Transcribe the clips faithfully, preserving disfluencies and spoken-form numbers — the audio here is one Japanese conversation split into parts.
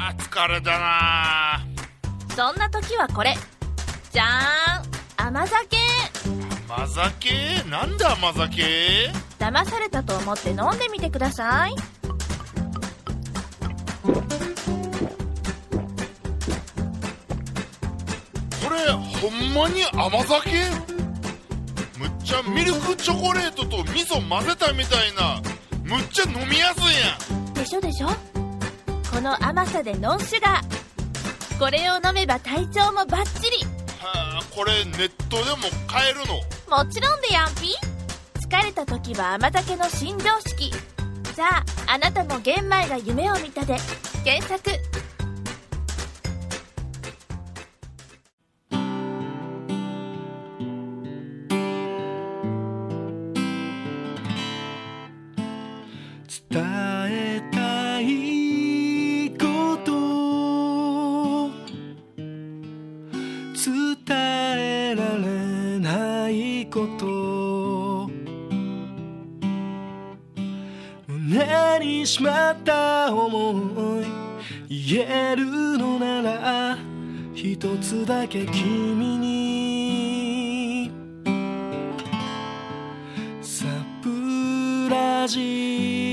あー疲れたな。 そんな時はこれじゃーん、甘酒。 甘酒？なんで甘酒？ 騙されたと思って飲んでみてください。 これほんまに甘酒？むっちゃミルクチョコレートと味噌混ぜたみたいな、むっちゃ飲みやすいやん。 でしょでしょ。この甘さでノンシュガー。これを飲めば体調もバッチリ。 はあ、これネットでも買えるの？ もちろんでやんぴ。疲れた時は甘酒の新常識。じゃああなたも玄米が夢を見たで検索。 伝えたいこと伝えられないこと胸にしまった思い言えるのなら一つだけ君にサプラジ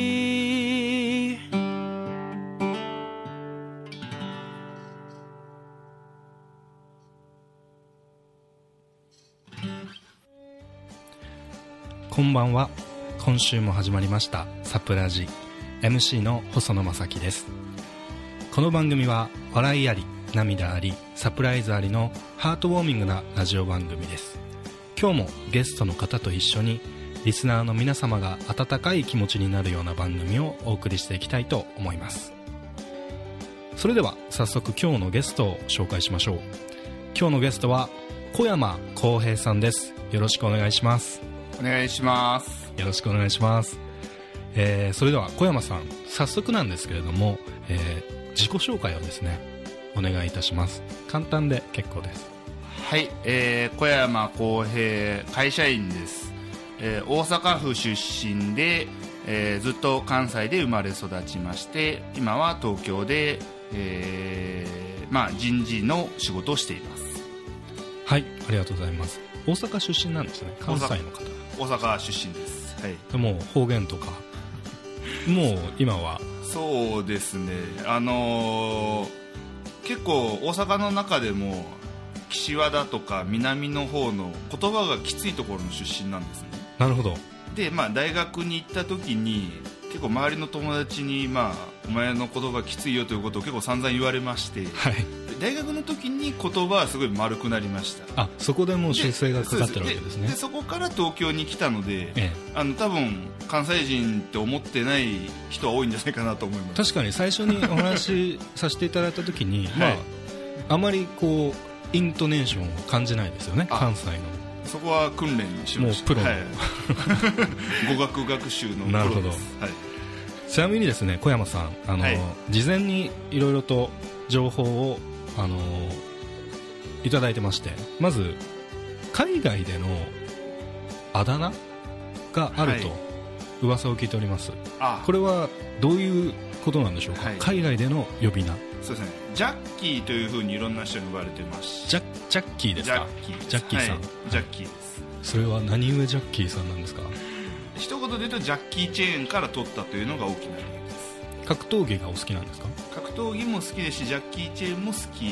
こんばんは。今週も始まりましたサプラジ エムシー の細野正樹です。この番組は笑いあり涙ありサプライズありのハートウォーミングなラジオ番組です。今日もゲストの方と一緒にリスナーの皆様が温かい気持ちになるような番組をお送りしていきたいと思います。それでは早速今日のゲストを紹介しましょう。今日のゲストは小山康平さんです。よろしくお願いします。 お願いします。 よろしくお願いします。えー、それでは小山さん、早速なんですけれども、えー、自己紹介をですねお願いいたします。簡単で結構です。 はい、えー、小山康平、会社員です。えー、大阪府出身で、えー、ずっと関西で生まれ育ちまして、今は東京で、えーまあ、人事の仕事をしています。 はい、ありがとうございます。大阪出身なんですね。関西の方。 大阪出身です。はい。 でも方言とかもう今はそうですね、あのー、結構大阪の中でも岸和田とか南の方の言葉がきついところの出身なんですね。 なるほど。 で、まあ、大学に行った時に結構周りの友達に、まあ、お前の言葉きついよということを結構散々言われまして、 はい、 大学の時に言葉はすごい丸くなりました。 あ、そこでもう修正がかかってるわけですね。 で、で、そこから東京に来たので、ええ、 あの多分関西人って思ってない人は多いんじゃないかなと思います。 確かに最初にお話しさせていただいた時に、はい、まあ、あまりこうイントネーションを感じないですよね、関西の。 そこは訓練しました。 もうプロの、はい、 語学学習のプロです。 なるほど、はい、ちなみにですね、小山さん、あの、はい、事前にいろいろと情報をあのいただいてまして、まず海外でのあだ名があると噂を聞いております。はい、これはどういうことなんでしょうか。はい、海外での呼び名。 そうですね、ジャッキーというふうにいろんな人に呼ばれてます。 ジャジャッキーですか。 ジャッキーです。 ジャッキーさん、はい、 ジャッキーです。 それは何故ジャッキーさんなんですか。 一言で言うとジャッキーチェーンから取ったというのが大きな理由です。 格闘技がお好きなんですか。 格闘技も好きですし、ジャッキーチェーンも好きです。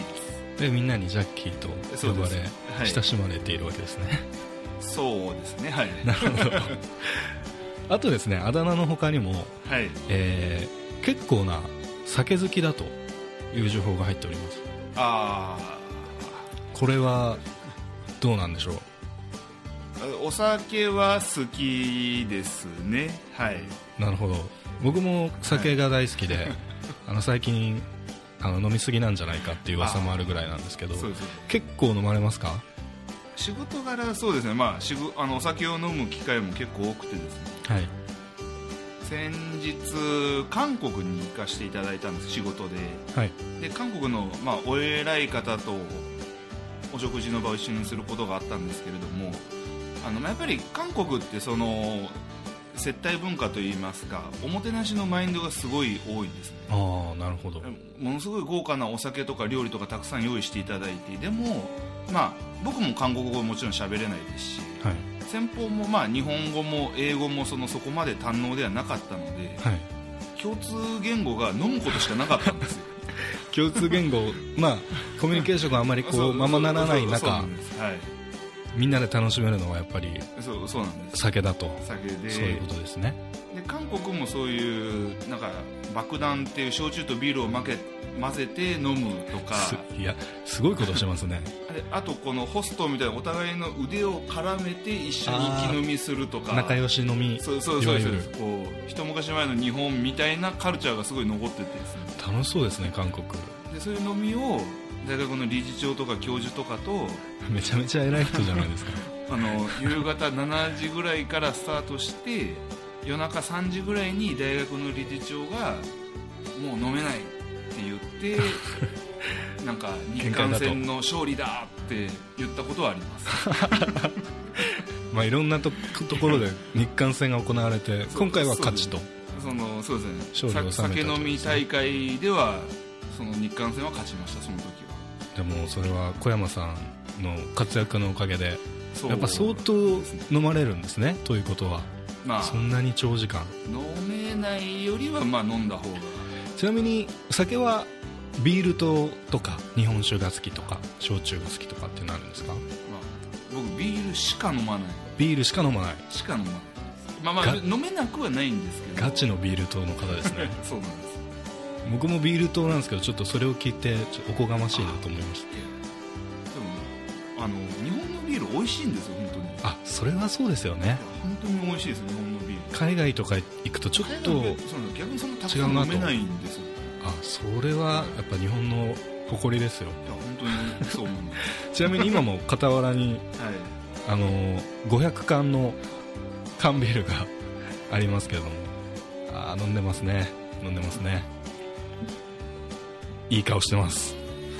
で、みんなにジャッキーと呼ばれ、はい、親しまれているわけですね。 そうですね、はい。 なるほど。あとですね、あだ名の他にも、 はい、 えー、結構な酒好きだという情報が入っております。 あー、これはどうなんでしょう。 お酒は好きですね。はい。 なるほど。僕も酒が大好きで、はい、あの最近あの飲みすぎなんじゃないかっていう噂もあるぐらいなんですけど、そうですね、結構飲まれますか。 仕事柄そうですね、まあ、しぐあのお酒を飲む機会も結構多くてですね、 はい、 先日韓国に行かせていただいたんです、仕事で。はい、で韓国の、まあ、お偉い方とお食事の場を一緒にすることがあったんですけれども、あのやっぱり韓国ってその接待文化といいますか、おもてなしのマインドがすごい多いんですね。 ああ、なるほど。 ものすごい豪華なお酒とか料理とかたくさん用意していただいて、でも、まあ、僕も韓国語もちろん喋れないですし、 はい、 先方もまあ日本語も英語もそのそこまで堪能ではなかったので、はい、共通言語が飲むことしかなかったんですよ。 共通言語、まあ、コミュニケーションがあまりこうままならない中、はい、みんなで楽しめるのはやっぱりそうそうなんです。 酒だと。 酒で、 そういうことですね。 で韓国もそういうなんか爆弾っていう焼酎とビールを混ぜ混ぜて飲むとか、 いやすごいことしてますね。 あとこのホストみたいなお互いの腕を絡めて一緒に一気飲みするとか、 仲良し飲み、 そうそうそうそう、こう一昔前の日本みたいなカルチャーがすごい残っててですね、 楽しそうですね韓国で。そういう飲みを大学の理事長とか教授とかとめちゃめちゃ偉い人じゃないですか。 あの夕方しちじぐらいからスタートして夜中さんじぐらいに大学の理事長がもう飲めないって言ってなんか日韓戦の勝利だって言ったことはあります。 まあいろんな と, ところで日韓戦が行われて今回は勝ちと、 そのそうですね、 勝利を収めたと酒飲み大会ではその日韓戦は勝ちました。その時はでもそれは小山さんの活躍のおかげでやっぱ相当飲まれるんですね。ということは、まあ、そんなに長時間飲めないよりはまあ飲んだ方が。 ちなみに酒はビールととか日本酒が好きとか焼酎が好きとかっていうのあるんですか？まあ、 僕ビールしか飲まない。 ビールしか飲まないしか飲まない。まあまあ飲めなくはないんですけど。 ガチのビール党の方ですね。 そうなんです。 僕もビール党なんですけど、ちょっとそれを聞いてちょっとおこがましいなと思いました。 でもあの日本のビール美味しいんですよ本当に。 あ、それはそうですよね。 本当に美味しいですよ日本のビール。 海外とか行くとちょっと違うなと。 逆にそんなたくさん飲めないんですよ。 あ、それはやっぱ日本の誇りですよ。 いや本当にそう思うんです。 ちなみに今も傍らに、はい、あのごひゃくかんの缶ビールがありますけれども、あ、飲んでますね飲んでますね。いい顔してます。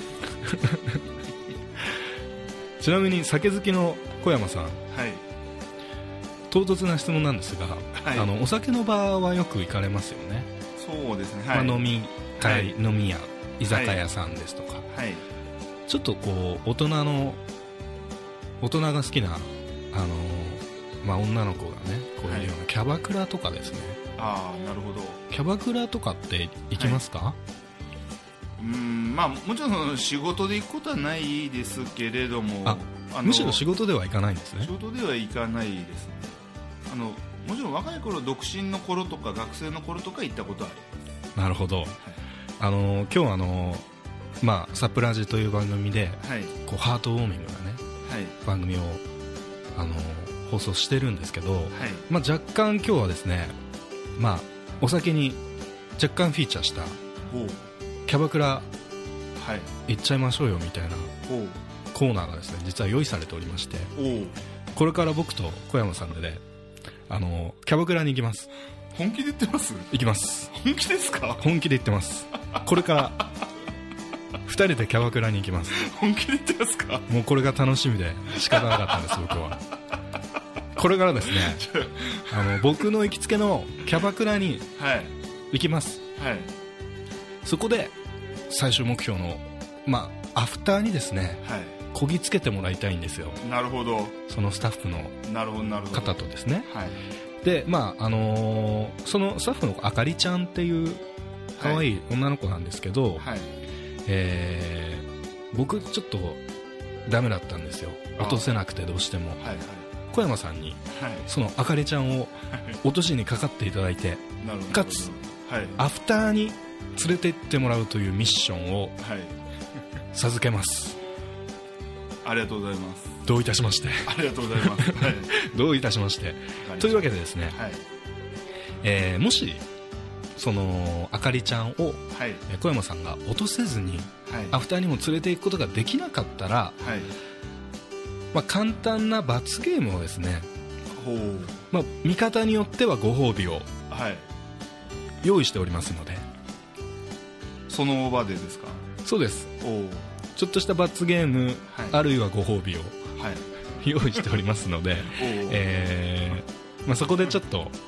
ちなみに酒好きの小山さん、はい、唐突な質問なんですが、はい、あのお酒の場はよく行かれますよね。 そうですね、はい、 まあ、飲み会、はい、飲み屋、居酒屋さんですとか、はい、ちょっとこう大人の大人が好きな、あのまあ、女の子がねこういうようなキャバクラとかですね、 はい、ああなるほど。 キャバクラとかって行きますか？はい、 うーん、まあ、もちろんその仕事で行くことはないですけれども、 ああむしろ仕事では行かないんですね。 仕事では行かないですね。あのもちろん若い頃独身の頃とか学生の頃とか行ったことはあります。 なるほど、はい、あの今日あの、まあ、サプラジという番組で、はい、こうハートウォーミングな、ね、はい、番組をあの放送してるんですけど、はい、まあ、若干今日はですね、まあ、お酒に若干フィーチャーしたキャバクラ行っちゃいましょうよみたいなコーナーがですね実は用意されておりまして、これから僕と小山さんでね、あのキャバクラに行きます。 本気で言ってます？ 行きます。 本気ですか？ 本気で言ってます。これからふたりでキャバクラに行きます。 本気で言ってますか？ もうこれが楽しみで仕方なかったんです僕は。これからですねあの僕の行きつけのキャバクラに行きます、はいはい、そこで最終目標の、まあ、アフターにですね、はい、こぎつけてもらいたいんですよ。 なるほど。 そのスタッフの方とですね、はい、で、まああのー、そのスタッフのあかりちゃんっていう可愛い女の子なんですけど、はい、えー、僕ちょっとダメだったんですよ。落とせなくてどうしても、はいはい、小山さんに、はい、そのあかりちゃんを落としにかかっていただいてかつ、はい、アフターに連れて行ってもらうというミッションを授けます、 はい、ありがとうございます。 どういたしまして。 ありがとうございます、はい、 どういたしましてというわけでですね、はい、えー、もしそのあかりちゃんを、はい、小山さんが落とせずに、はい、アフターにも連れて行くことができなかったら、はい、まあ、簡単な罰ゲームをですね、ほう、まあ、見方によってはご褒美を用意しておりますので、はい、 その場でですか？ そうです。おちょっとした罰ゲーム、はい、あるいはご褒美を、はい、用意しておりますので、えーまあ、そこでちょっと、はい、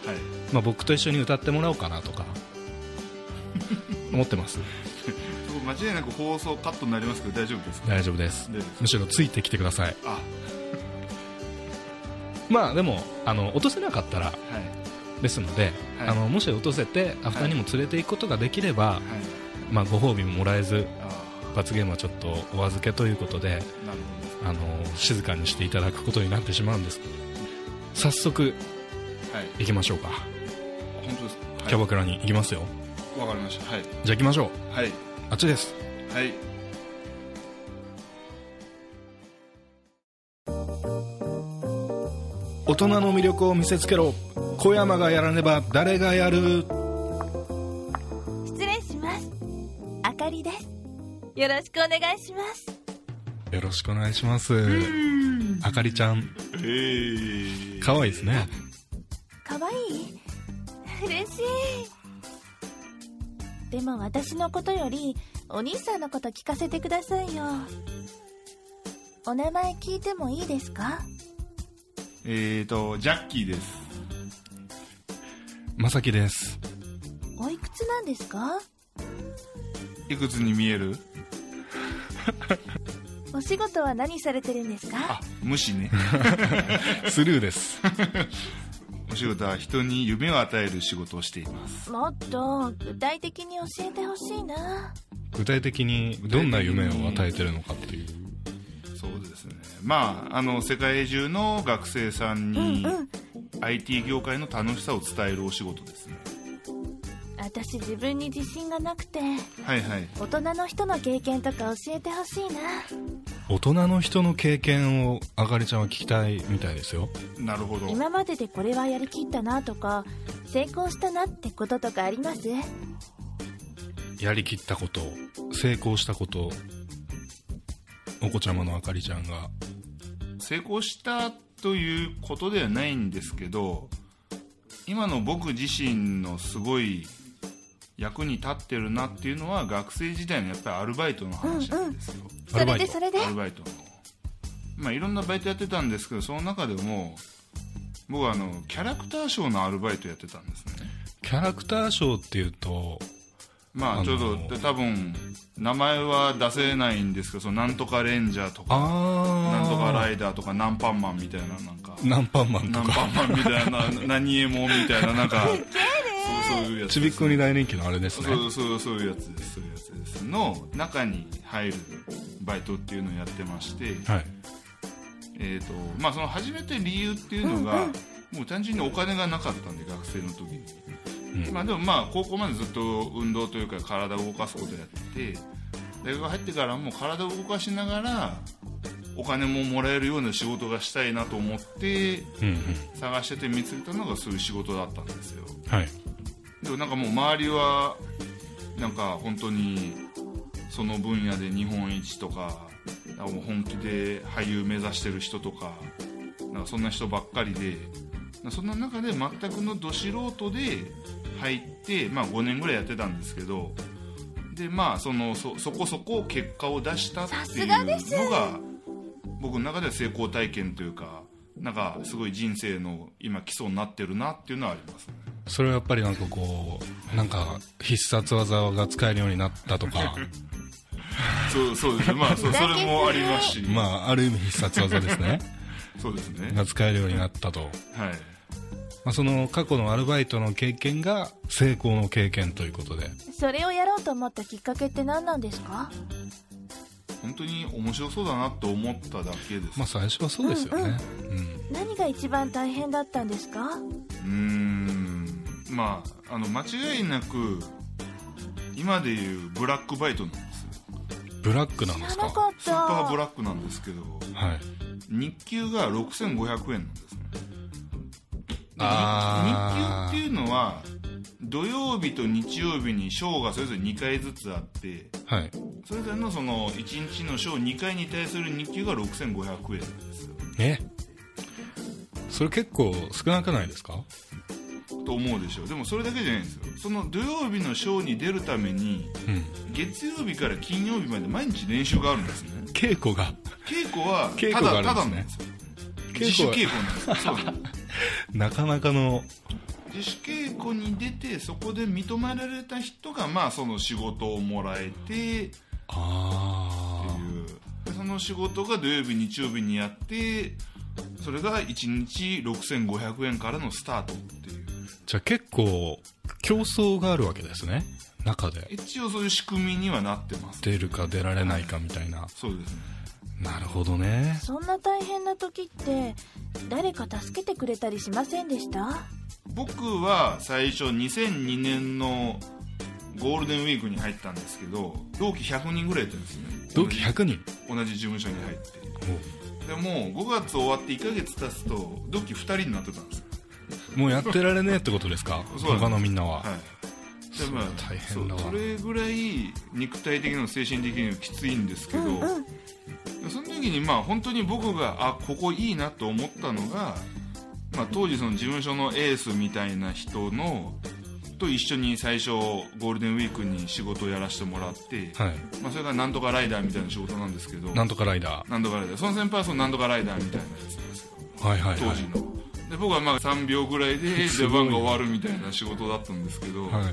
まあ、僕と一緒に歌ってもらおうかなとか思ってます。 間違いなく放送カットになりますけど大丈夫ですか？ 大丈夫です。むしろついてきてください。 あまあでもあの落とせなかったら、はい、ですので、はい、あのもし落とせてアフターにも連れていくことができれば、はい、まあ、ご褒美ももらえず罰ゲームはちょっとお預けということで、あの静かにしていただくことになってしまうんです。早速、はい、行きましょうか。 本当ですか？はい、 キャバクラに行きますよ。 わかりました。はい、 じゃあ行きましょう。 はい、 あっちです。 はい。 大人の魅力を見せつけろ。小山がやらねば誰がやる。 失礼します。あかりです。よろしくお願いします。 よろしくお願いします。あかりちゃん、えー、かわいいですね。 かわいい？嬉しい。でも私のことよりお兄さんのこと聞かせてくださいよ。お名前聞いてもいいですか？ えーとジャッキーです。 まさきです。 おいくつなんですか？ いくつに見える？ お仕事は何されてるんですか？ あ、無視ね。 スルーです。 お仕事は人に夢を与える仕事をしています。 もっと具体的に教えてほしいな。 具体的にどんな夢を与えてるのかっていう。 そうですね、まあ、あの世界中の学生さんに、うんうん、アイティー 業界の楽しさを伝えるお仕事ですね。 私自分に自信がなくて、 はいはい、 大人の人の経験とか教えてほしいな。 大人の人の経験をあかりちゃんは聞きたいみたいですよ。 なるほど。 今まででこれはやりきったなとか成功したなってこととかあります？ やりきったこと、成功したこと、お子ちゃまのあかりちゃんが。 成功したということではないんですけど、今の僕自身のすごい役に立ってるなっていうのは学生時代のやっぱりアルバイトの話なんですよ。うんうん、 それでそれでアルバイトの、まあ、いろんなバイトやってたんですけど、その中でも僕はあのキャラクターショーのアルバイトやってたんですね。 キャラクターショーっていうと、 まあちょっと多分名前は出せないんですけど、そのなんとかレンジャーとかなんとかライダーとかナンパンマンみたいな、なんかナンパンマンとかナンパンマンみたいな何エモみたいな、なんかそうそういうやつ、 ちびっこに大人気のあれですね。 そうそうそういうやつです、そういうやつですの中に入るバイトっていうのをやってまして、はい、えーとまあその始めた理由っていうのが、うんうん、もう単純にお金がなかったんで、学生の時に。うん、まあ、でもまあ高校までずっと運動というか体を動かすことやってて、大学入ってからも体を動かしながらお金ももらえるような仕事がしたいなと思って探してて見つけたのがそういう仕事だったんですよ。はい、でもなんかもう周りはなんか本当にその分野で日本一とか、本気で俳優目指してる人とか、なんかそんな人ばっかりで、そんな中で全くのど素人で入って、まあ、ごねんぐらいやってたんですけど、で、まあ、その そ, そこそこ結果を出したっていうのが僕の中では成功体験というか、なんかすごい人生の今基礎になってるなっていうのはありますね。 それはやっぱりなんかこうなんか必殺技が使えるようになったとかそうそうですね、まあ そ, それもありますし、 まあある意味必殺技ですね。 そうですね、 が使えるようになったと。はい、まあ、その過去のアルバイトの経験が成功の経験ということで。 それをやろうと思ったきっかけって何なんですか？ 本当に面白そうだなと思っただけです。 まあ最初はそうですよね。 うんうんうん、何が一番大変だったんですか？ うーん、まあ、あの間違いなく今でいうブラックバイトなんですよ。 ブラックなんですか？ 知らなかった。 スーパーブラックなんですけど、はい、日給がろくせんごひゃくえんなんですね。あ、日給っていうのは土曜日と日曜日にショーがそれぞれにかいずつあって、はい、それぞれのそのいちにちのショーにかいに対する日給がろくせんごひゃくえんなんですよ。 え、それ結構少なくないですかと思うでしょ。でもそれだけじゃないんですよ。その土曜日のショーに出るために、うん、月曜日から金曜日まで毎日練習があるんですね。稽古が稽古はただ、ただなんですよ。自主稽古なんですよ。そうなかなかの自主稽古に出てそこで認められた人がまあその仕事をもらえてあっていうでその仕事が土曜日日曜日にやってそれがいちにちろくせんごひゃくえんからのスタートっていう。 じゃあ結構競争があるわけですね中で。 一応そういう仕組みにはなってます。 出るか出られないかみたいな、はい、 そうですね。 なるほどね。 そんな大変な時って誰か助けてくれたりしませんでした？ 僕は最初にせんにねんのゴールデンウィークに入ったんですけど同期ひゃくにんぐらいいたんですよね。 同期ひゃくにん同じ事務所に入って。でもごがつ終わっていっかげつ経つと同期ふたりになってたんですよ。 もうやってられねえってことですか他のみんなは。はい。 でまあ、 大変だわ。 そ, それぐらい肉体的にも精神的にもきついんですけど、うんうん、その時にまあ本当に僕があここいいなと思ったのが、まあ、当時その事務所のエースみたいな人のと一緒に最初ゴールデンウィークに仕事をやらせてもらって、はいまあ、それがなんとかライダーみたいな仕事なんですけど。 なんとかライダーなんとかライダーその先輩はそのなんとかライダーみたいなやつなんですよ、 はいはいはい、 当時の。で僕はまあさんびょうぐらいで出番が終わるみたいな仕事だったんですけど、はい、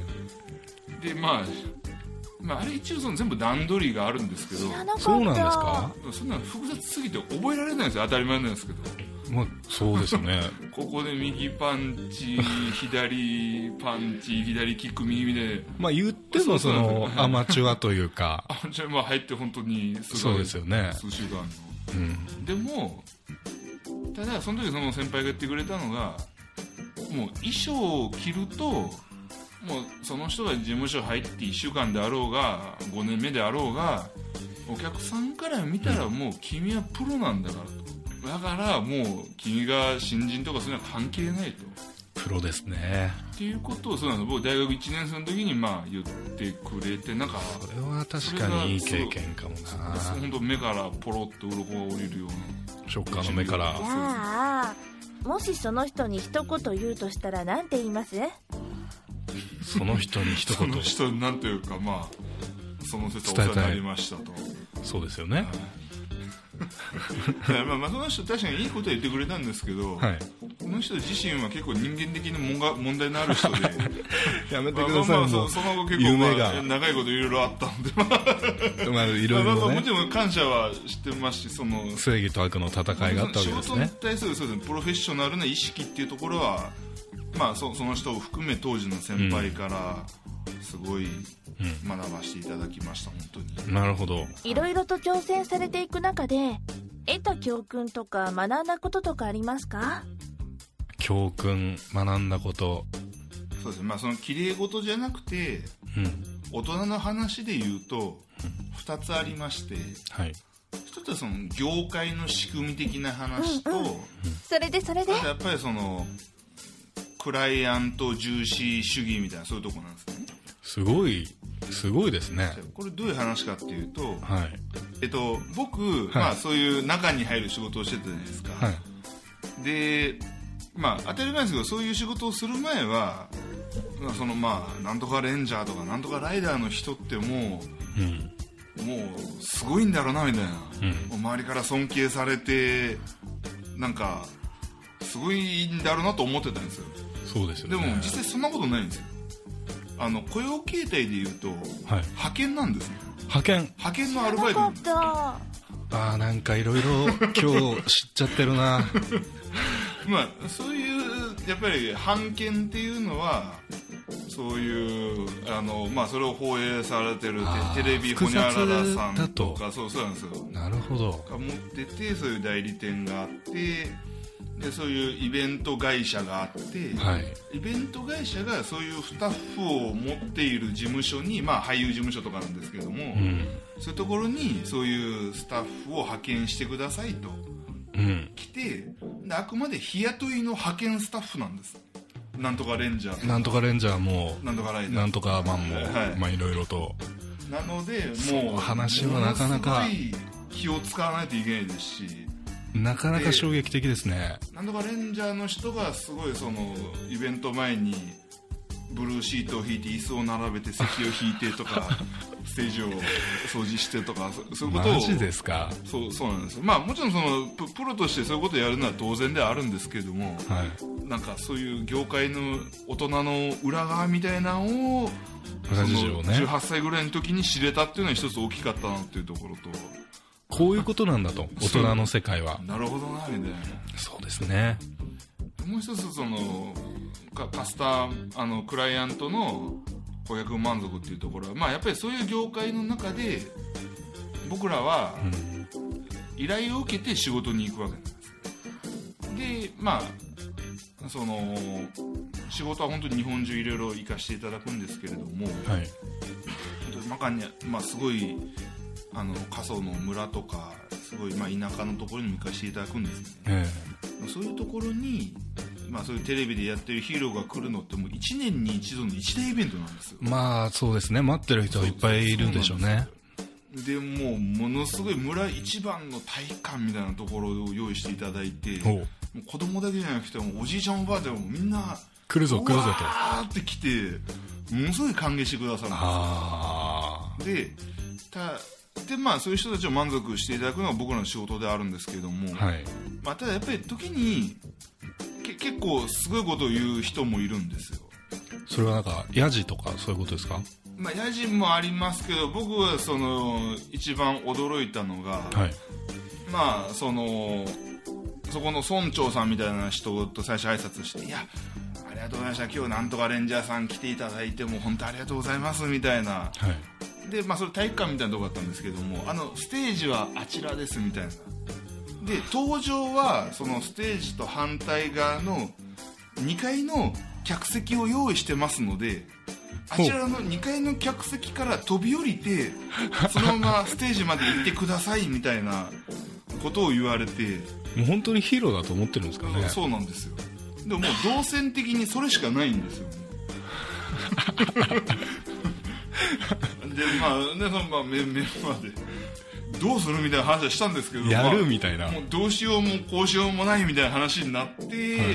でまあまあ、あれ一応その全部段取りがあるんですけど。 そうなんですか。 そんな複雑すぎて覚えられないんですよ。当たり前なんですけど。 まあそうですねここで右パンチ左パンチ左キック右でまあ言ってもそのアマチュアというかアマチュアまあ入って本当にすごいそうですよね数週間の、うん、でもただその時その先輩が言ってくれたのがもう衣装を着るともうその人が事務所入っていっしゅうかんであろうがごねんめであろうがお客さんから見たらもう君はプロなんだからと。だからもう君が新人とかそういうのは関係ないと。 プロですねっていうことをそうなんです。僕大学いちねん生の時にまあ言ってくれてなんかそれは確かにいい経験かもな。 本当目からポロッと鱗が降りるようなショッカーの目から。 じゃあもしその人に一言言うとしたら何て言います？ その人に一言その人になんていうかまあその説はお世話になりましたと。 そうですよねまあまあその人確かにいいことは言ってくれたんですけど、はい、この人自身は結構人間的に問題のある人でやめてください。 まあまあその後結構、まあ、長いこといろいろあったんでまあいろいろねもちろん感謝はしてますしその正義と悪の戦いがあったわけですね。 仕事に対するそうですねプロフェッショナルな意識っていうところはまあ そ, その人を含め当時の先輩からすごい学ばせていただきました、うん、本当に。 なるほど。 いろいろと挑戦されていく中で得た教訓とか学んだこととかありますか？ 教訓学んだこと。 そうですね、まあその綺麗事じゃなくて、うん、大人の話で言うとふたつありまして、はい、一つはその業界の仕組み的な話と、うんうん、 それでそれでやっぱりそのクライアント重視主義みたいなそういうとこなんですね。 すごいすごいですね。 これどういう話かっていうと、はい、えっと僕、はい、まあそういう中に入る仕事をしてたじゃないですか、はい、でまあ当たり前ですけどそういう仕事をする前は、まあ、そのまあなんとかレンジャーとかなんとかライダーの人ってもう、うん、もうすごいんだろうなみたいな、うん、周りから尊敬されてなんかすごいんだろうなと思ってたんですよ。 そうですよね。 でも実際そんなことないんですよ。あの雇用形態でいうと、はい、派遣なんですね。 派遣派遣のアルバイトなんです。 ああなんかいろいろ今日知っちゃってるなまあそういうやっぱり版権っていうのはそういうあのまあそれを放映されてるテレビホニャララさんとかそうそうなんですよ。 なるほど。 が持っててそういう代理店があってでそういうイベント会社があって、はい、イベント会社がそういうスタッフを持っている事務所に、まあ、俳優事務所とかなんですけども、うん、そういうところにそういうスタッフを派遣してくださいと、うん、来てであくまで日雇いの派遣スタッフなんです。なんとかレンジャーなんとかレンジャーもなんとかライダーなんとかマンも、はい、まあいろいろとなのでもう話はなかなかすごい気を使わないといけないですしなかなか衝撃的ですね。 なんとかレンジャーの人がすごいそのイベント前にブルーシートを引いて椅子を並べて席を引いてとかステージを掃除してとかそういうことをマジですか。 そうそうなんですよ。まあもちろんその プ, プロとしてそういうことをやるのは当然ではあるんですけれども、 はい、 なんかそういう業界の大人の裏側みたいなのを裏事情をねじゅうはっさいぐらいの時に知れたっていうのは一つ大きかったなっていうところと、 こういうことなんだと大人の世界は。 なるほどなみたいな。 そうですね。 もう一つそのカカスタあのクライアントの顧客満足っていうところは、まあ、やっぱりそういう業界の中で僕らは依頼を受けて仕事に行くわけなんです。でまあその仕事は本当に日本中いろいろ行かせていただくんですけれども、 はい、 中には、まあ、すごいあの過疎の村とかすごい、まあ、田舎のところにも行かせていただくんですね、ええ、そういうところに、まあ、そういうテレビでやってるヒーローが来るのってもういちねんに一度の一大イベントなんですよ。まあそうですね。待ってる人はいっぱいいるんでしょうね。 でもうものすごい村一番の体育館みたいなところを用意していただいて、もう子供だけじゃなくてもおじいちゃんおばあちゃんもみんな来るぞ来るぞとわーって来てものすごい歓迎してくださるんですよ。 あでたでまあそういう人たちを満足していただくのが僕らの仕事であるんですけれども、はいまあ、ただやっぱり時にけ結構すごいことを言う人もいるんですよ。 それはなんかヤジとかそういうことですか？ まあ、ヤジもありますけど僕はその一番驚いたのが、はい、まあそのそこの村長さんみたいな人と最初挨拶して、いやありがとうございました、今日なんとかレンジャーさん来ていただいてもう本当ありがとうございますみたいな、はいでまあ、それ体育館みたいなとこだったんですけども、あのステージはあちらですみたいなで登場はそのステージと反対側のにかいの客席を用意してますので、あちらのにかいの客席から飛び降りてそのままステージまで行ってくださいみたいなことを言われて、もう本当にヒーローだと思ってるんですかね。 そうなんですよ。でももう動線的にそれしかないんですよでまあねそのまあメンバーでどうするみたいな話はしたんですけど、 やるみたいな、 まあ、もうどうしようもこうしようもないみたいな話になって、はい、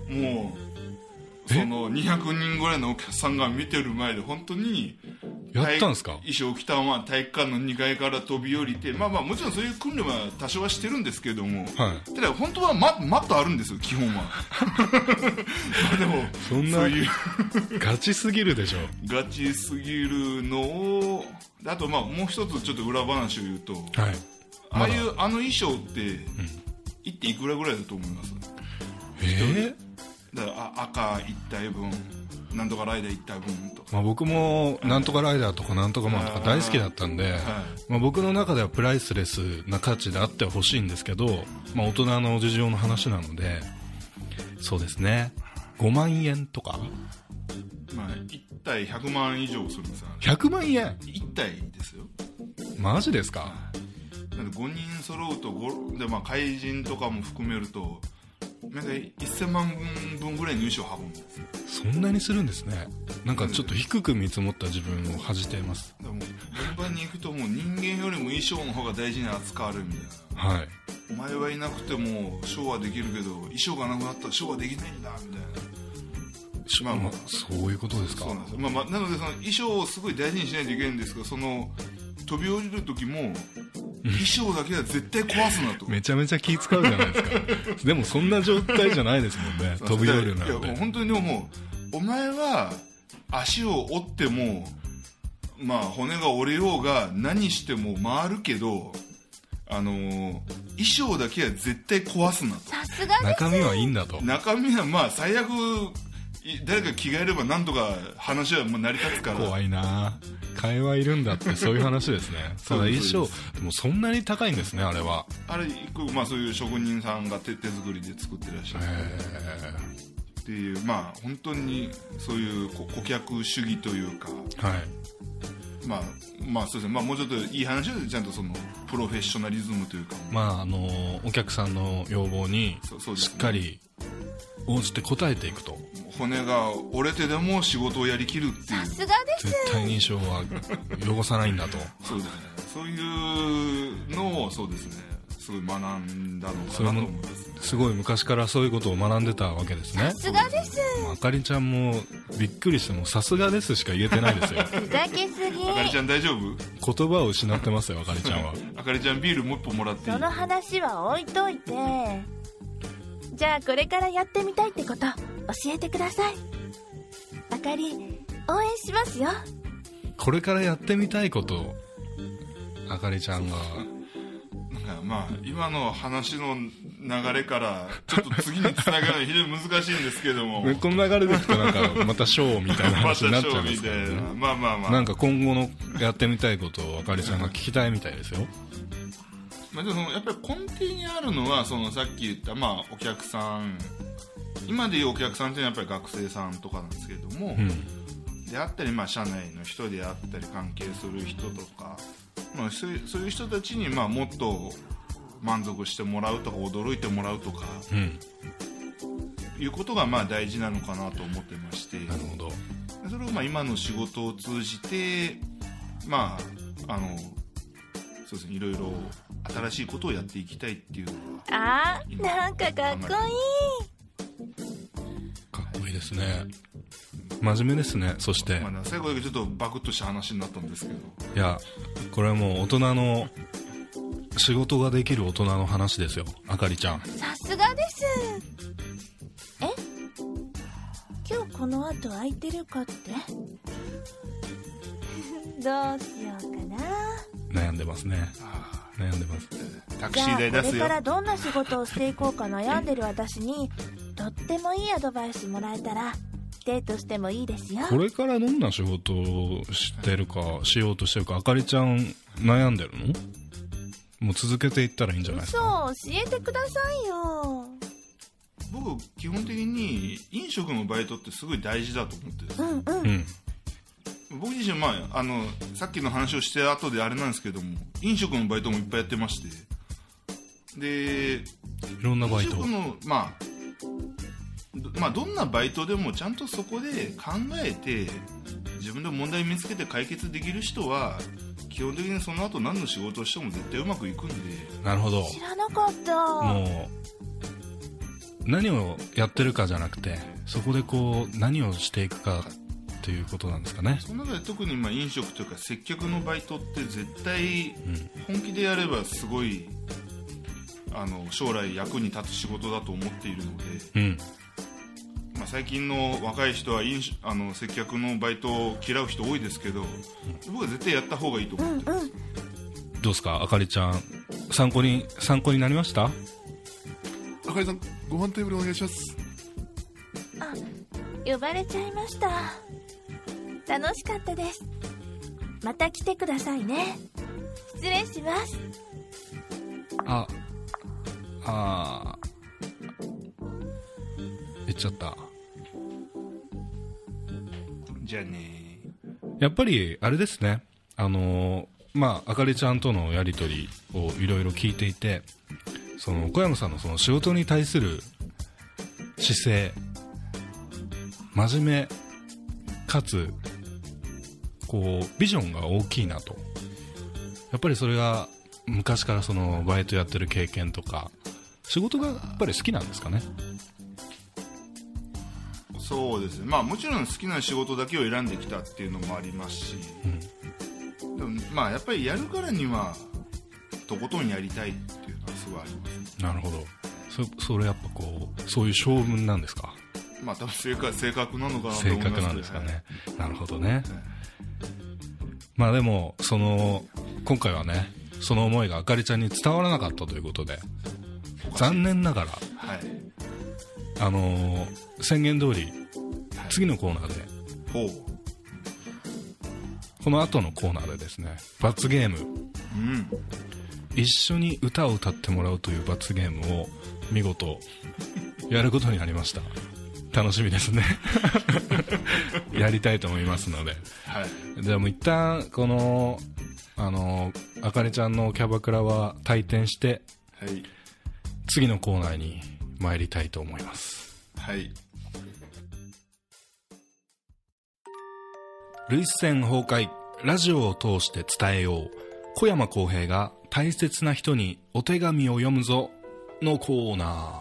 もうそのにひゃくにんぐらいのお客さんが見てる前で本当にやったんですか？ 衣装を着たまま体育館のにかいから飛び降りて、まあまあもちろんそういう訓練は多少はしてるんですけれども、はい、ただ本当は マ, マットあるんですよ基本はまあでもそんなそういうガチすぎるでしょ。 ガチすぎるのをあとまあもう一つちょっと裏話を言うと、はい、ああいうあの衣装って、うん、いっていくらぐらいだと思います？ えーだから赤いったいぶんなんとかライダーいったいぶんとか、 まあ、僕もなんとかライダーとかなんとかマンとか大好きだったんで、はいまあ、僕の中ではプライスレスな価値であってほしいんですけど、まあ、大人の事情の話なのでそうですねごまんえんとか、 まあ、いったいひゃくまん以上するんですよ。 ひゃくまんえんいったいですよ。 マジですか？ なんでごにん揃うとごで、まあ、怪人とかも含めるとなんかせんまんぶんぐらいの衣装を運ぶんですよ。 そんなにするんですね。なんかちょっと低く見積もった自分を恥じています。 でも現場に行くともう人間よりも衣装の方が大事に扱われるみたいな、はい、お前はいなくてもショーはできるけど衣装がなくなったらショーはできないんだみたいな、 まあまあ、そういうことですか？ そうなんですよ、まあまあ、なのでその衣装をすごい大事にしないといけないんですけど、その飛び降りる時も衣装だけは絶対壊すなとめちゃめちゃ気使うじゃないですかでもそんな状態じゃないですもんね飛び降りるなんて。いやもう本当にでももうお前は足を折ってもまあ骨が折れようが何しても回るけど、あのー、衣装だけは絶対壊すなと。 さすがです。 中身はいいんだと。 中身はまあ最悪誰か着替えればなんとか話はもう成り立つから。 怖いな。替えはいるんだってそういう話ですねただ衣装でもそんなに高いんですねあれは。 あれ、まあ、そういう職人さんが手手作りで作ってらっしゃるっていうまあ本当にそういう顧客主義というか、はいまあまあそうですね、まあ、もうちょっといい話でちゃんとそのプロフェッショナリズムというか、 まああのお客さんの要望にしっかり応じて応えていくと。 骨が折れてでも仕事をやりきるっていう。 さすがです。 絶対に衣装は汚さないんだとそうですね。そういうのをそうですねすごい学んだのかなと思います、ね、 すごい昔からそういうことを学んでたわけですね。 さすがです。 あかりちゃんもびっくりしてもさすがですしか言えてないですよふざけすぎ。 あかりちゃん大丈夫？ 言葉を失ってますよあかりちゃんはあかりちゃんビールもう一本もらっていい？ その話は置いといて、じゃあこれからやってみたいってこと教えてください。あかり応援しますよ。 これからやってみたいことをあかりちゃんがなんかまあ今の話の流れからちょっと次につながるのは非常に難しいんですけどもこの流れでいくとなんかまたショーみたいな話になっちゃうんですけど、ね、 まあまあまあなんか今後のやってみたいことをあかりちゃんが聞きたいみたいですよ。 まあ、でもやっぱり根底にあるのはそのさっき言ったまあお客さん、今でいうお客さんっていうのはやっぱり学生さんとかなんですけれども、うん、であったりまあ社内の人であったり関係する人とか、まあ、そういう、そういう人たちにまあもっと満足してもらうとか驚いてもらうとか、うん、いうことがまあ大事なのかなと思ってまして、 なるほど。 それをまあ今の仕事を通じてまああのそうですね、いろいろ新しいことをやっていきたいっていうのは、あーなんかかっこいい。 かっこいいですね。真面目ですね。そして、 まあ、最後だけちょっとバクッとした話になったんですけど、 いやこれはもう大人の仕事ができる大人の話ですよあかりちゃん。 さすがです。え今日この後空いてるかってどうしようかな。 悩んでますね。悩んでます。 タクシー代出すよ。 これからどんな仕事をしていこうか悩んでる私にとってもいいアドバイスもらえたらデートしてもいいですよ。 これからどんな仕事をしてるかしようとしてるかあかりちゃん悩んでるの？もう続けていったらいいんじゃないですか。 そう教えてくださいよ。 僕基本的に飲食のバイトってすごい大事だと思ってるんです。 うんうん、うん僕自身、まあ、あのさっきの話をして後であれなんですけども飲食のバイトもいっぱいやってまして、でいろんなバイト飲食の、まあ、どまあどんなバイトでもちゃんとそこで考えて自分で問題見つけて解決できる人は基本的にその後何の仕事をしても絶対うまくいくんで。 なるほど。 知らなかった。 もう何をやってるかじゃなくてそこでこう何をしていくかということなんですかね。 その中で特にまあ飲食というか接客のバイトって絶対本気でやればすごい、うん、あの将来役に立つ仕事だと思っているので、うんまあ、最近の若い人は飲酒あの接客のバイトを嫌う人多いですけど、うん、僕は絶対やった方がいいと思ってます、うんうん、 どうですかあかりちゃん参考に参考になりました？ あかりさんご飯テーブルお願いします。 あ呼ばれちゃいました。楽しかったです。また来てくださいね。失礼します。 ああ言っちゃった。 じゃあね。 やっぱりあれですね、あのまああかりちゃんとのやりとりをいろいろ聞いていて、その小山さんのその仕事に対する姿勢、真面目かつこうビジョンが大きいなと。やっぱりそれが昔からそのバイトやってる経験とか仕事がやっぱり好きなんですかね。 そうですね、まあもちろん好きな仕事だけを選んできたっていうのもありますし、うん、でもまあやっぱりやるからにはとことんやりたいっていうのはすごいあります、ね、 なるほど。 そ, それやっぱこうそういう性分なんですか。 まあ多分性格、性格なのかなと思います。 性格なんですかね、はい、なるほどね、はい、まあでもその今回はねその思いがあかりちゃんに伝わらなかったということで残念ながら、はい、あのー、宣言通り、はい、次のコーナーでほうこの後のコーナーでですね罰ゲーム、うん、一緒に歌を歌ってもらうという罰ゲームを見事やることになりました。楽しみですねやりたいと思いますので、はい、じゃあもう一旦このあのあかりちゃんのキャバクラは退店して、はい、次のコーナーに参りたいと思います。はい。涙腺崩壊ラジオを通して伝えよう。小山康平が大切な人にお手紙を読むぞのコーナー。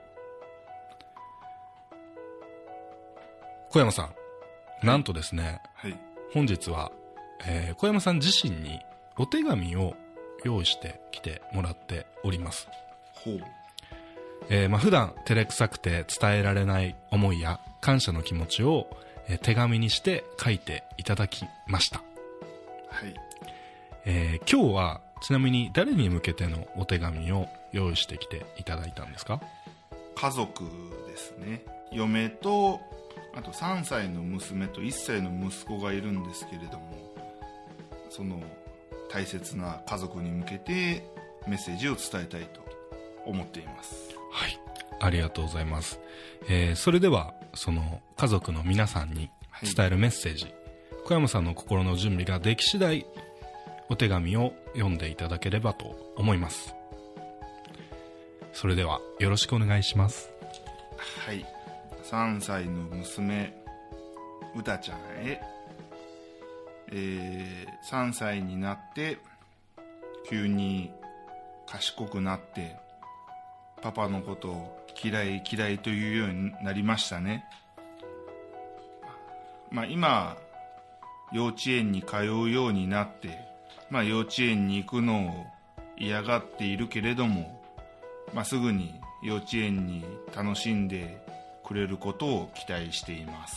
小山さん、なんとですね、 はい、 本日は、えー、小山さん自身にお手紙を用意してきてもらっております。 ほう。 えーまあ、普段照れくさくて伝えられない思いや感謝の気持ちを、えー、手紙にして書いていただきました。 はい。 えー、今日はちなみに誰に向けてのお手紙を用意してきていただいたんですか？ 家族ですね。嫁とあとさんさいの娘といっさいの息子がいるんですけれども、その大切な家族に向けてメッセージを伝えたいと思っています。 はい、ありがとうございます。えー、それではその家族の皆さんに伝えるメッセージ、はい、小山さんの心の準備ができ次第お手紙を読んでいただければと思います。それではよろしくお願いします。 はい。さんさいの娘うたちゃんへ、えー、さんさいになって急に賢くなってパパのことを嫌い嫌いというようになりましたね。まあ今幼稚園に通うようになって、まあ幼稚園に行くのを嫌がっているけれども、まあすぐに幼稚園に楽しんでくれることを期待しています。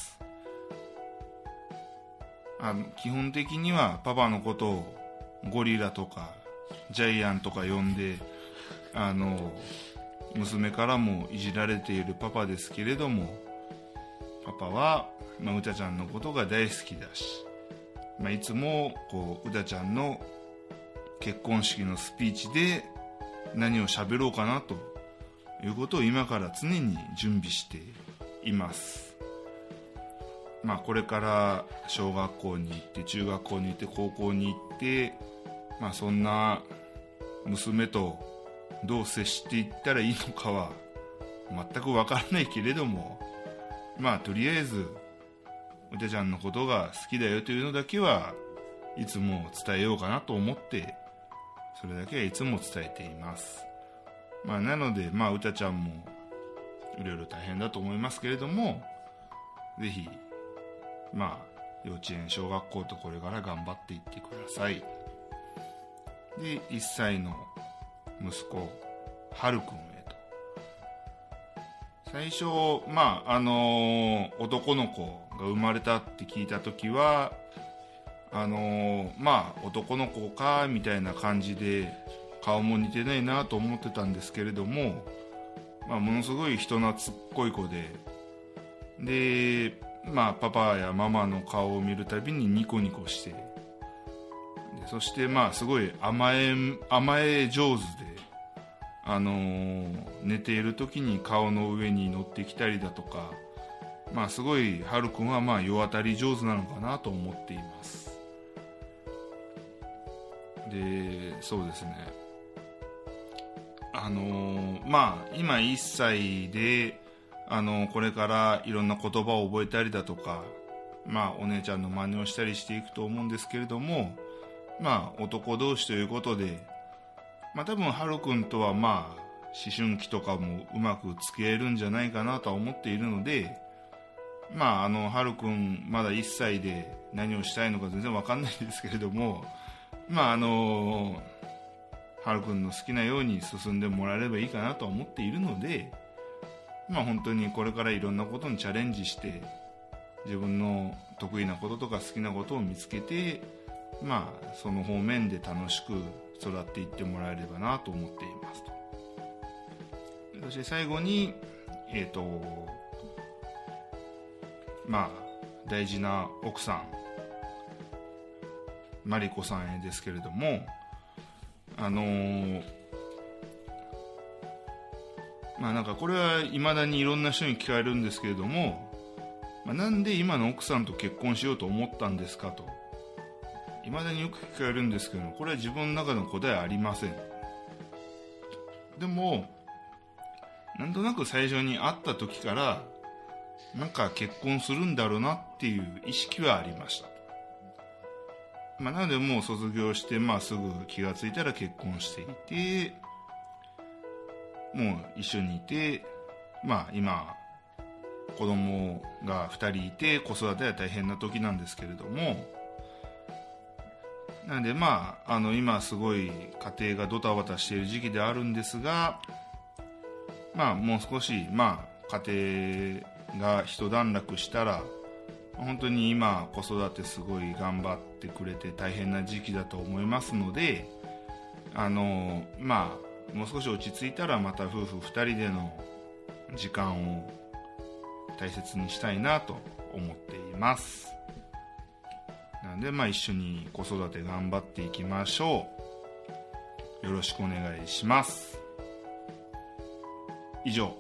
あの基本的にはパパのことをゴリラとかジャイアンとか呼んで、あの娘からもいじられているパパですけれども、パパは、まあ、うたちゃんのことが大好きだし、まあ、いつもこううたちゃんの結婚式のスピーチで何を喋ろうかなということを今から常に準備しています。まあこれから小学校に行って中学校に行って高校に行って、まあそんな娘とどう接していったらいいのかは全くわからないけれども、まあとりあえずうたちゃんのことが好きだよというのだけはいつも伝えようかなと思って、それだけはいつも伝えています。まあ、なので、まあ、うたちゃんもいろいろ大変だと思いますけれども、ぜひ、まあ、幼稚園、小学校とこれから頑張っていってください。で、いっさいの息子、はるくんへと。最初、まあ、あのー、男の子が生まれたって聞いたときは、あのー、まあ、男の子か、みたいな感じで、顔も似てないなと思ってたんですけれども、まあ、ものすごい人懐っこい子で、で、まあ、パパやママの顔を見るたびにニコニコして、でそしてまあすごい甘え甘え上手で、あのー、寝ている時に顔の上に乗ってきたりだとか、まあすごいはるくんはまあ世渡り上手なのかなと思っています。で、そうですね、あのー、まあ今いっさいで、あのー、これからいろんな言葉を覚えたりだとか、まあお姉ちゃんの真似をしたりしていくと思うんですけれども、まあ男同士ということで、まあ多分はるくんとはまあ思春期とかもうまく付き合えるんじゃないかなとは思っているので、まああのはるくんまだいっさいで何をしたいのか全然わかんないんですけれども、まああのはるくんの好きなように進んでもらえればいいかなと思っているので、まあ本当にこれからいろんなことにチャレンジして、自分の得意なこととか好きなことを見つけて、まあその方面で楽しく育っていってもらえればなと思っていますと。そして最後にえっとまあ大事な奥さんマリコさんへですけれども、あのー、まあなんかこれはいまだにいろんな人に聞かれるんですけれども、まあ、なんで今の奥さんと結婚しようと思ったんですかといまだによく聞かれるんですけども、これは自分の中の答えはありません。でもなんとなく最初に会った時からなんか結婚するんだろうなっていう意識はありました。 まあ、なのでもう卒業して、まあ、すぐ気がついたら結婚していて、もう一緒にいて、まあ今子供がふたりいて子育ては大変な時なんですけれども、なのでまああの今すごい家庭がドタバタしている時期であるんですが、まあもう少しまあ家庭が一段落したら、本当に今子育てすごい頑張ってくれて大変な時期だと思いますので、あのまあもう少し落ち着いたらまた夫婦ふたりでの時間を大切にしたいなと思っています。なのでまあ一緒に子育て頑張っていきましょう。よろしくお願いします。以上。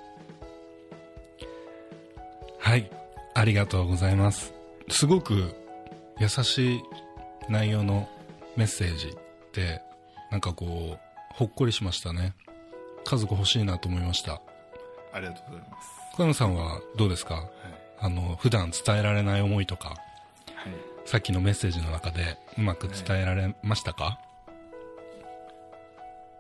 はい、ありがとうございます。すごく優しい内容のメッセージで、なんかこうほっこりしましたね。家族欲しいなと思いました。 ありがとうございます。 小山さんはどうですか？はい、あの普段伝えられない思いとか、はい、さっきのメッセージの中でうまく伝えられましたか？はい、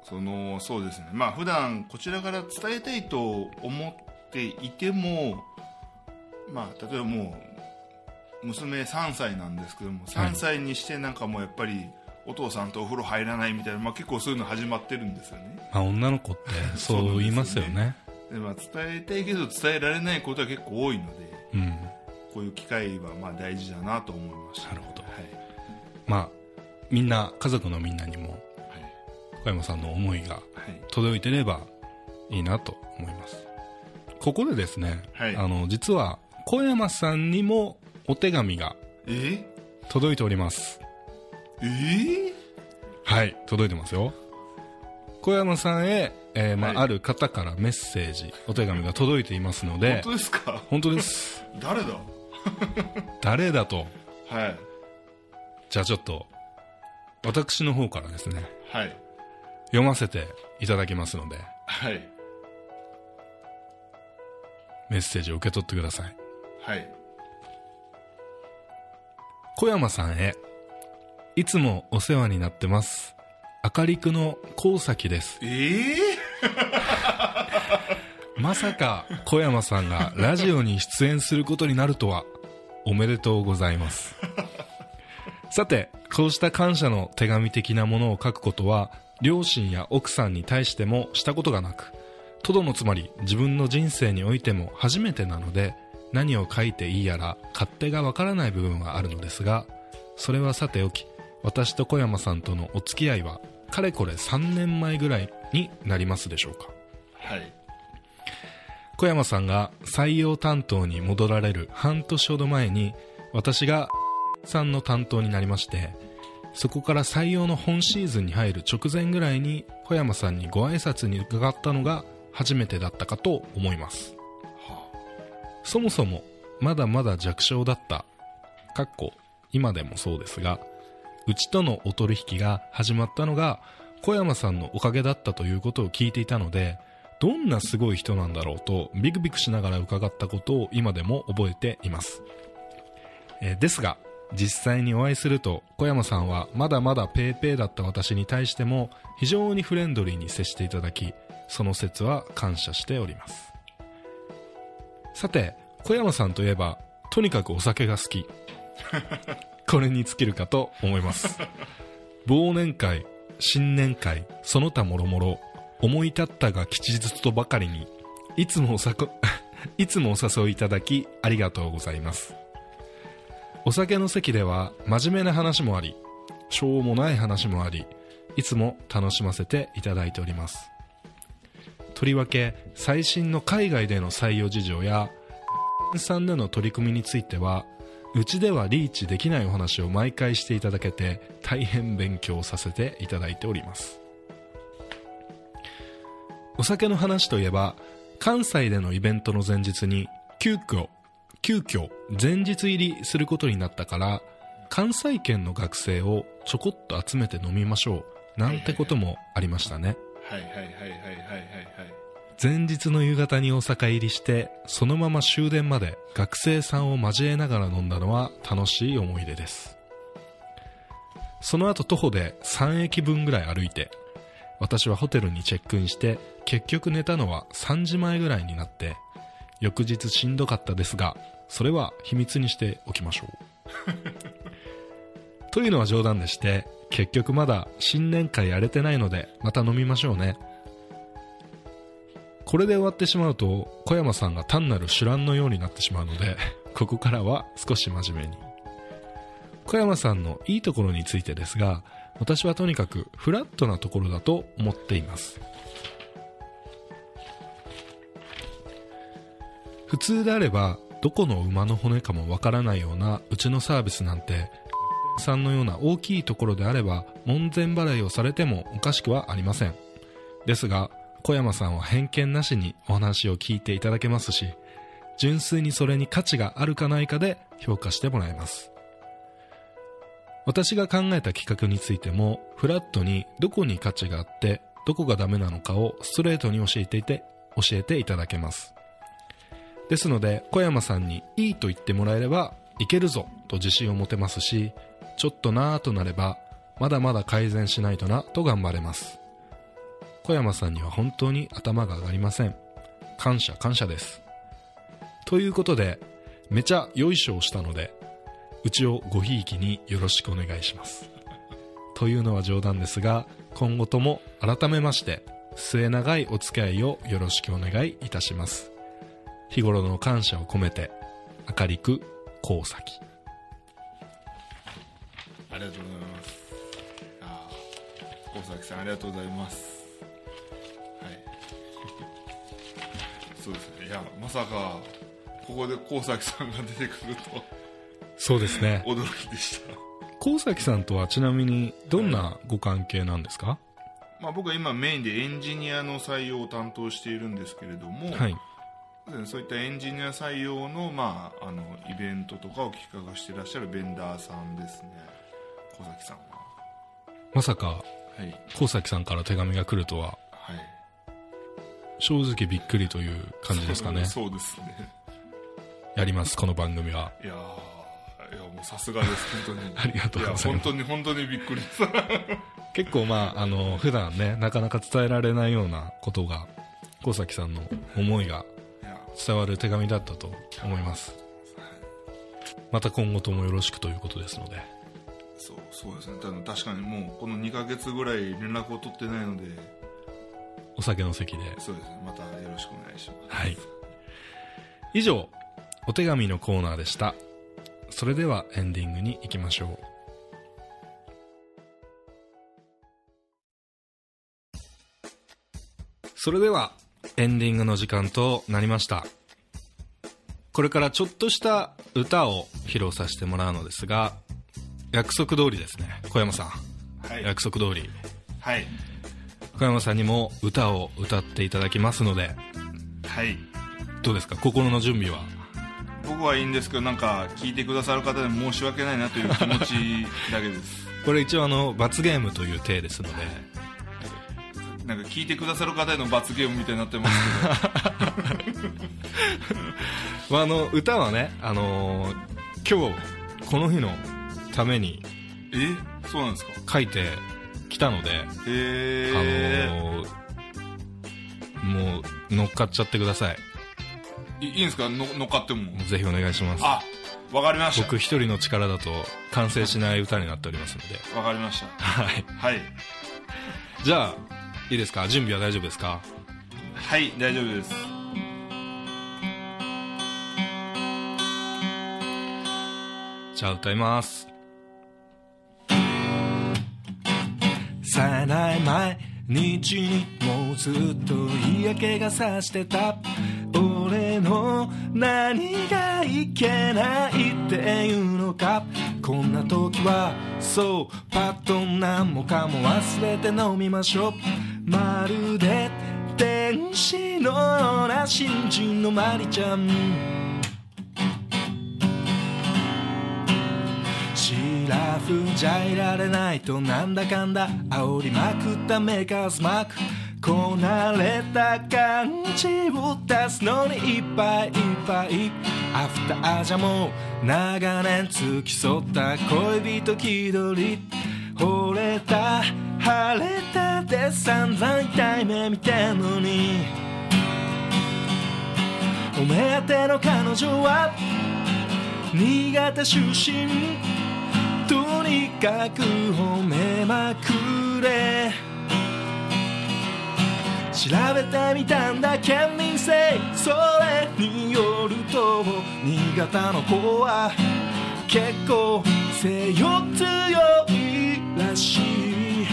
そのそうですね、まあ普段こちらから伝えたいと思っていても、まあ例えばもう娘さんさいなんですけども、さんさいにしてなんかもうやっぱりお父さんとお風呂入らないみたいな、まあ、結構そういうの始まってるんですよね。 まあ、女の子ってそう言いますよね。 で、まあ、伝えたいけど伝えられないことは結構多いので、うん、こういう機会はまあ大事だなと思いました。 なるほど、はい、まあみんな家族のみんなにも、はい、小山さんの思いが届いてればいいなと思います。ここでですね、はい、あの実は小山さんにもお手紙が届いております。 えー、 はい、届いてますよ。小山さんへ、えーまあはい、ある方からメッセージ、お手紙が届いていますので。 本当ですか？ 本当です。 誰だ誰だと。 はい。 じゃあちょっと私の方からですね、 はい、 読ませていただきますので、 はい、 メッセージを受け取ってください。 はい。 小山さんへ、いつもお世話になってます。明るくの高崎です。 えー、 まさか小山さんがラジオに出演することになるとは。おめでとうございます。さて、こうした感謝の手紙的なものを書くことは両親や奥さんに対してもしたことがなく、とどのつまり自分の人生においても初めてなので、何を書いていいやら勝手がわからない部分はあるのですが、それはさておき、私と小山さんとのお付き合いはかれこれさんねんまえぐらいになりますでしょうか。 はい。 小山さんが採用担当に戻られる半年ほど前に、私がさんの担当になりまして、そこから採用の本シーズンに入る直前ぐらいに小山さんにご挨拶に伺ったのが初めてだったかと思います。はあ、そもそもまだまだ弱小だったかっこ今でもそうですが、うちとのお取引が始まったのが小山さんのおかげだったということを聞いていたので、どんなすごい人なんだろうとビクビクしながら伺ったことを今でも覚えています。えー、ですが実際にお会いすると、小山さんはまだまだペーペーだった私に対しても非常にフレンドリーに接していただき、その説は感謝しております。さて、小山さんといえばとにかくお酒が好きこれに尽きるかと思います。忘年会、新年会、その他もろもろ、思い立ったが吉日とばかりにいつもおさこいつもお誘いいただきありがとうございます。お酒の席では真面目な話もあり、しょうもない話もあり、いつも楽しませていただいております。とりわけ最新の海外での採用事情やさんでの取り組みについては、うちではリーチできないお話を毎回していただけて大変勉強させていただいております。お酒の話といえば、関西でのイベントの前日に急遽急遽前日入りすることになったから、関西圏の学生をちょこっと集めて飲みましょうなんてこともありましたね。 はいはいはいはいはいはいはい。 前日の夕方に大阪入りして、そのまま終電まで学生さんを交えながら飲んだのは楽しい思い出です。 その後徒歩でさん駅分ぐらい歩いて、私はホテルにチェックインして、結局寝たのはさんじまえぐらいになって、翌日しんどかったですが、それは秘密にしておきましょうというのは冗談でして、結局まだ新年会やれてないので、また飲みましょうね。これで終わってしまうと小山さんが単なる酒乱のようになってしまうので、ここからは少し真面目に。小山さんのいいところについてですが、私はとにかくフラットなところだと思っています。普通であればどこの馬の骨かもわからないようなうちのサービスなんて、さんのような大きいところであれば門前払いをされてもおかしくはありません。ですが小山さんは偏見なしにお話を聞いていただけますし、純粋にそれに価値があるかないかで評価してもらえます。私が考えた企画についてもフラットにどこに価値があってどこがダメなのかをストレートに教えていて教えていただけます。ですので小山さんにいいと言ってもらえればいけるぞと自信を持てますし、ちょっとなぁとなればまだまだ改善しないとなと頑張れます。小山さんには本当に頭が上がりません。感謝感謝です。ということでめちゃよいしょをしたので、うちをごひいきによろしくお願いしますというのは冗談ですが、今後とも改めまして末永いお付き合いをよろしくお願いいたします。日頃の感謝を込めて明るく高崎。 ありがとうございます。あ高崎さんありがとうございます。はいそうですね。いやまさかここで高崎さんが出てくるとそうですね驚きでした。 高崎さんとはちなみにどんなご関係なんですか？はい、 まあ、僕は今メインでエンジニアの採用を担当しているんですけれども、はい、そういったエンジニア採用の、まあ、あのイベントとかを企画していらっしゃるベンダーさんですね、高崎さんは。 まさか、 はい、 高崎さんから手紙が来るとは、はい、正直びっくりという感じですかね。 そうですね。 やりますこの番組は。 いやいやもうさすがです本当にありがとうございます。 本当に本当にびっくりです結構まああの普段ねなかなか伝えられないようなことが高崎さんの思いが伝わる手紙だったと思います。また今後ともよろしくということですので。 そうそうですね。確かにもうこのにかげつぐらい連絡を取ってないので、 お酒の席で。 そうですね。またよろしくお願いします。 はい。以上お手紙のコーナーでした。それではエンディングに行きましょう。それではエンディングの時間となりました。これからちょっとした歌を披露させてもらうのですが、約束通りですね、小山さん、はい、約束通り、 はい、 小山さんにも歌を歌っていただきますので、 はい、 どうですか心の準備は？ 僕はいいんですけど、なんか聞いてくださる方に申し訳ないなという気持ちだけですこれ一応あの罰ゲームという体ですので、 なんか聞いてくださる方への罰ゲームみたいになってますけどまあ、あの歌はね、あのー、今日この日のためにえそうなんですか書いてきたので、 へあのー、もう乗っかっちゃってください。 いいいんですか、の乗っかっても。 ぜひお願いします。 あ、わかりました。 僕一人の力だと完成しない歌になっておりますので。 わかりました。 はい、 はい、 じゃあいいですか、準備は大丈夫ですか？ はい、大丈夫です。 じゃあ歌います。冴えない毎日にもうずっと嫌気がさしてた。俺の何がいけないっていうのか。こんな時はそうパッと何もかも忘れて飲みましょう。まるで天使のような新人のマリちゃん、シラフじゃいられないとなんだかんだ煽りまくったメーカーズマーク、こなれた感じを出すのにいっぱいいっぱい。アフターじゃもう長年付き添った恋人気取り、 惚れた晴れたで散々痛い目見てんのに、お目当ての彼女は新潟出身、とにかく褒めまくれ。調べてみたんだ県民性、それによると新潟の子は結構性欲強いらしい。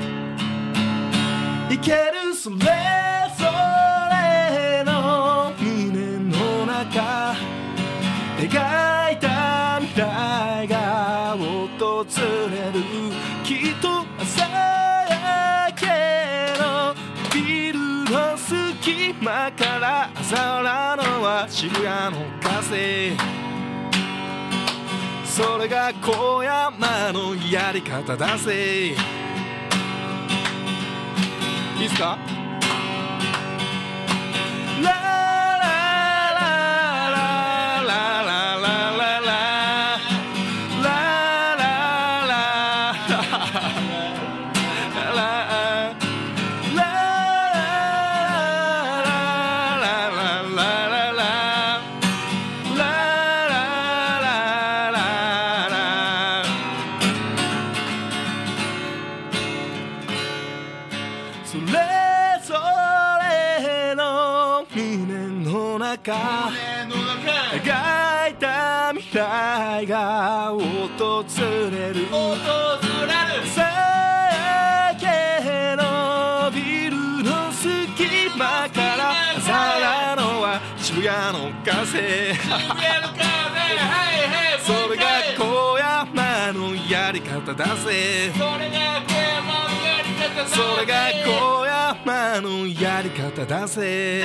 いけるそれぞれの胸の中、描いた未来が訪れる。きっと朝焼けのビルの隙間から朝らのは渋谷の風、それが小山のやり方だぜ。いいっすか。ラララララララララ描いた未来が訪れる。朝焼けのビルの隙間から朝らのは渋谷の風、それが小山のやり方だぜ。それが小山のやり方だぜ。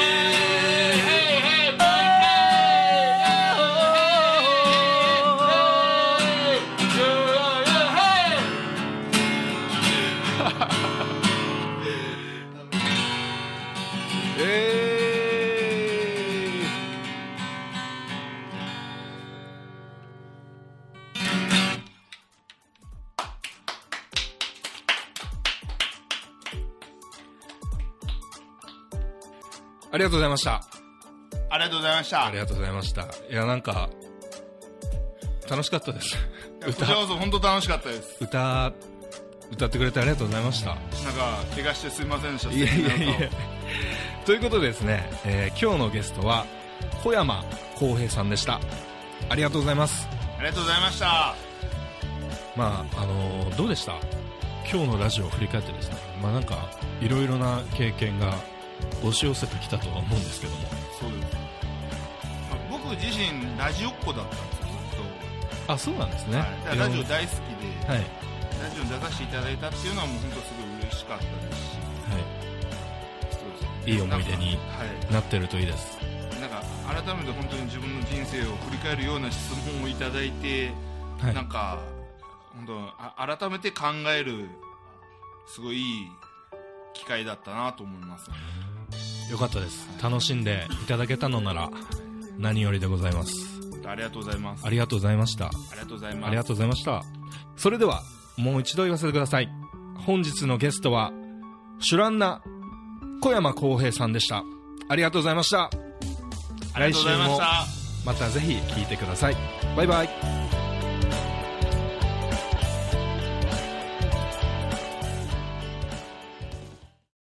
ありがとうございました。 ありがとうございました。 ありがとうございました。いや、なんか楽しかったです。 こちらこそ本当楽しかったです。 歌歌ってくれてありがとうございました。なんか怪我してすいませんでした。 いやいやいやということでですね、えー、今日のゲストは小山浩平さんでした。ありがとうございます。 ありがとうございました。 まああのー、どうでした今日のラジオを振り返ってですね、まあなんかいろいろな経験が押し寄せてきたとは思うんですけども。 そうです、まあ、僕自身ラジオっ子だったんですよ、ずっと。 あ、そうなんですね、 はい、ラジオ大好きで、 はい、 ラジオに出させていただいたっていうのはもう本当すごい嬉しかったですし、 はい、そうですね、いい思い出になってるといいです。 なんか改めて本当に自分の人生を振り返るような質問をいただいて、はい、なんか本当あ改めて考えるすごいいい機会だったなと思います。 よかったです。楽しんでいただけたのなら何よりでございます。 ありがとうございます。 ありがとうございました。ありがとうございます。 ありがとうございました。それではもう一度言わせてください。本日のゲストはシュランナ小山浩平さんでした。ありがとうございました。 ありがとうございました。 来週もまたぜひ聞いてください。バイバイ。